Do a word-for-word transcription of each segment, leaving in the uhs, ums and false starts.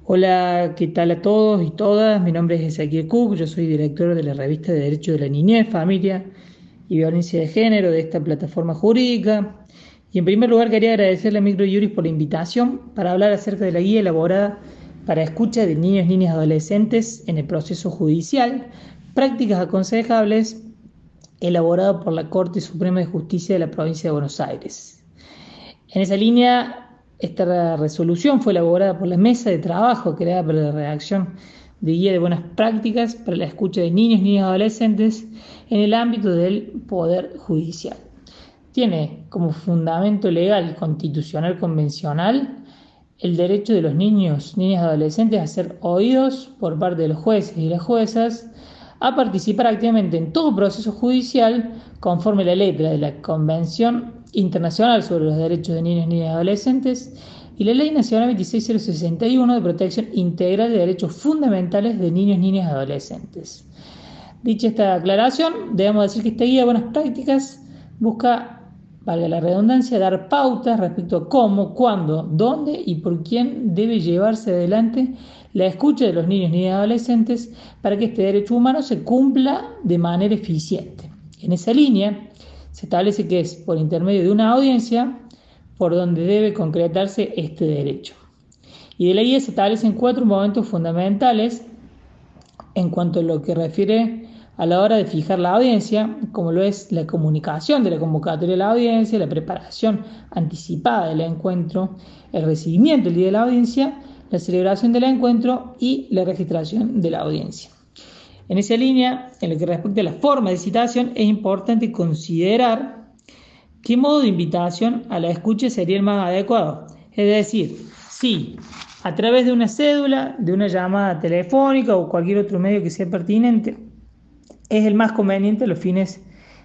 Hola, ¿qué tal a todos y todas? Mi nombre es Ezequiel Cook, yo soy director de la revista de Derecho de la Niñez, Familia y Violencia de Género de esta plataforma jurídica. Y en primer lugar quería agradecerle a Microjuris por la invitación para hablar acerca de la guía elaborada para escucha de niños, niñas y adolescentes en el proceso judicial, prácticas aconsejables, elaborado por la Corte Suprema de Justicia de la Provincia de Buenos Aires. En esa línea, esta resolución fue elaborada por la mesa de trabajo creada para la redacción de guía de buenas prácticas para la escucha de niños, niñas y adolescentes en el ámbito del Poder Judicial. Tiene como fundamento legal constitucional convencional el derecho de los niños, niñas y adolescentes a ser oídos por parte de los jueces y las juezas, a participar activamente en todo proceso judicial conforme a la letra de la Convención Internacional sobre los Derechos de Niños, Niñas y Adolescentes y la Ley Nacional veintiséis mil sesenta y uno de Protección Integral de Derechos Fundamentales de Niños, Niñas y Adolescentes. Dicha esta aclaración, debemos decir que esta guía de buenas prácticas busca, valga la redundancia, dar pautas respecto a cómo, cuándo, dónde y por quién debe llevarse adelante la escucha de los niños, niñas y adolescentes para que este derecho humano se cumpla de manera eficiente. En esa línea, se establece que es por intermedio de una audiencia por donde debe concretarse este derecho. Y de la guía se establecen cuatro momentos fundamentales en cuanto a lo que refiere a la hora de fijar la audiencia, como lo es la comunicación de la convocatoria de la audiencia, la preparación anticipada del encuentro, el recibimiento el día de la audiencia, la celebración del encuentro y la registración de la audiencia. En esa línea, en lo que respecta a la forma de citación, es importante considerar qué modo de invitación a la escucha sería el más adecuado. Es decir, si a través de una cédula, de una llamada telefónica o cualquier otro medio que sea pertinente, es el más conveniente a los fines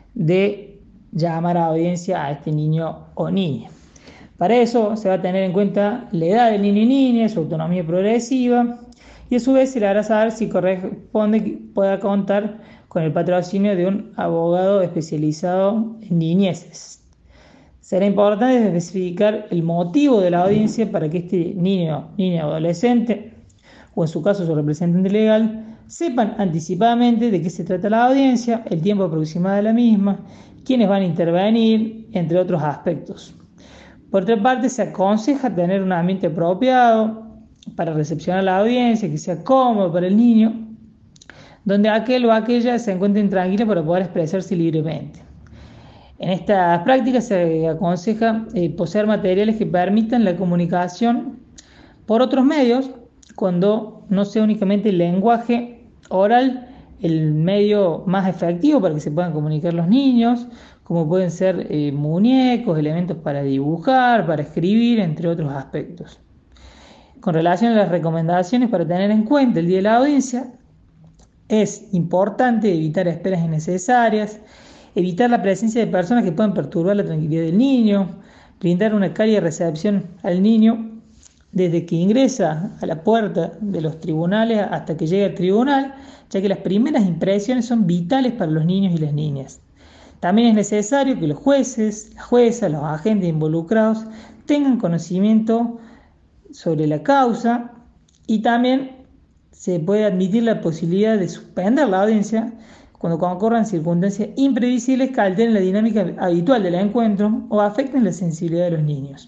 de llamar a audiencia a este niño o niña. Para eso se va a tener en cuenta la edad del niño y niña, su autonomía progresiva, y a su vez se le hará saber si corresponde que pueda contar con el patrocinio de un abogado especializado en niñeces. Será importante especificar el motivo de la audiencia para que este niño, niña o adolescente, o en su caso su representante legal, sepan anticipadamente de qué se trata la audiencia, el tiempo aproximado de la misma, quiénes van a intervenir, entre otros aspectos. Por otra parte, se aconseja tener un ambiente apropiado para recepcionar la audiencia, que sea cómodo para el niño, donde aquel o aquella se encuentren tranquilos para poder expresarse libremente. En estas prácticas se aconseja eh, poseer materiales que permitan la comunicación por otros medios, cuando no sea únicamente el lenguaje oral el medio más efectivo para que se puedan comunicar los niños, como pueden ser eh, muñecos, elementos para dibujar, para escribir, entre otros aspectos. Con relación a las recomendaciones para tener en cuenta el día de la audiencia, es importante evitar esperas innecesarias, evitar la presencia de personas que puedan perturbar la tranquilidad del niño, brindar una cálida recepción al niño desde que ingresa a la puerta de los tribunales hasta que llega al tribunal, ya que las primeras impresiones son vitales para los niños y las niñas. También es necesario que los jueces, las juezas, los agentes involucrados tengan conocimiento sobre la causa y también se puede admitir la posibilidad de suspender la audiencia cuando concurran circunstancias imprevisibles que alteren la dinámica habitual del encuentro o afecten la sensibilidad de los niños.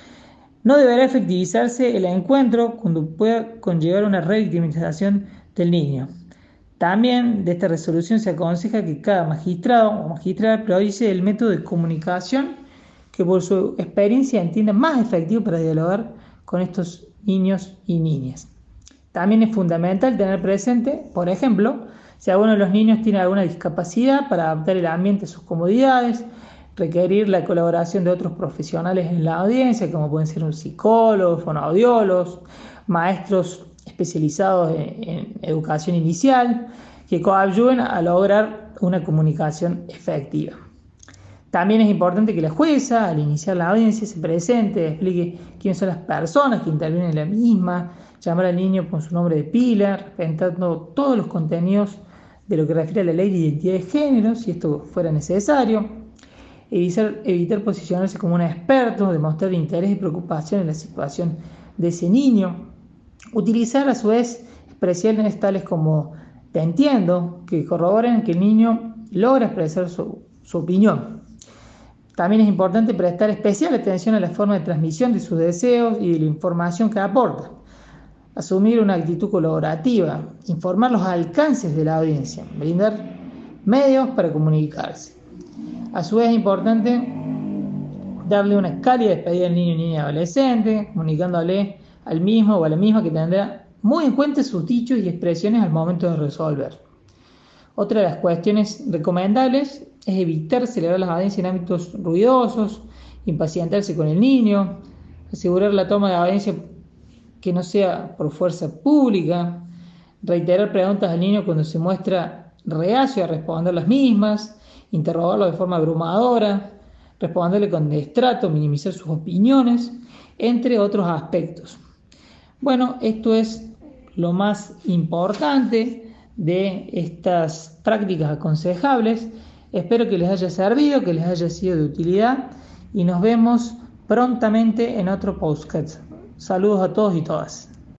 No deberá efectivizarse el encuentro cuando pueda conllevar una revictimización del niño. También de esta resolución se aconseja que cada magistrado o magistrada priorice el método de comunicación que por su experiencia entienda más efectivo para dialogar con estos niños y niñas. También es fundamental tener presente, por ejemplo, si alguno de los niños tiene alguna discapacidad, para adaptar el ambiente a sus comodidades, requerir la colaboración de otros profesionales en la audiencia, como pueden ser un psicólogo, fonoaudiólogos, maestros especializados en, en educación inicial, que coadyuven a lograr una comunicación efectiva. También es importante que la jueza, al iniciar la audiencia, se presente, explique quiénes son las personas que intervienen en la misma, llamar al niño con su nombre de pila, respetando todos los contenidos de lo que refiere a la ley de identidad de género, si esto fuera necesario, evitar, evitar posicionarse como un experto, demostrar interés y preocupación en la situación de ese niño Utilizar a su vez expresiones tales como te entiendo, que corroboren que el niño logra expresar su, su opinión. También es importante prestar especial atención a la forma de transmisión de sus deseos y de la información que aporta. Asumir una actitud colaborativa, informar los alcances de la audiencia, brindar medios para comunicarse. A su vez es importante darle una cálida despedida al niño, niña y adolescente, comunicándole al mismo o a la misma que tendrá muy en cuenta sus dichos y expresiones al momento de resolver. Otra de las cuestiones recomendables es evitar celebrar las audiencias en ámbitos ruidosos, impacientarse con el niño, asegurar la toma de audiencia que no sea por fuerza pública, reiterar preguntas al niño cuando se muestra reacio a responder las mismas, interrogarlo de forma abrumadora, responderle con destrato, minimizar sus opiniones, entre otros aspectos. Bueno, esto es lo más importante de estas prácticas aconsejables. Espero que les haya servido, que les haya sido de utilidad y nos vemos prontamente en otro podcast. Saludos a todos y todas.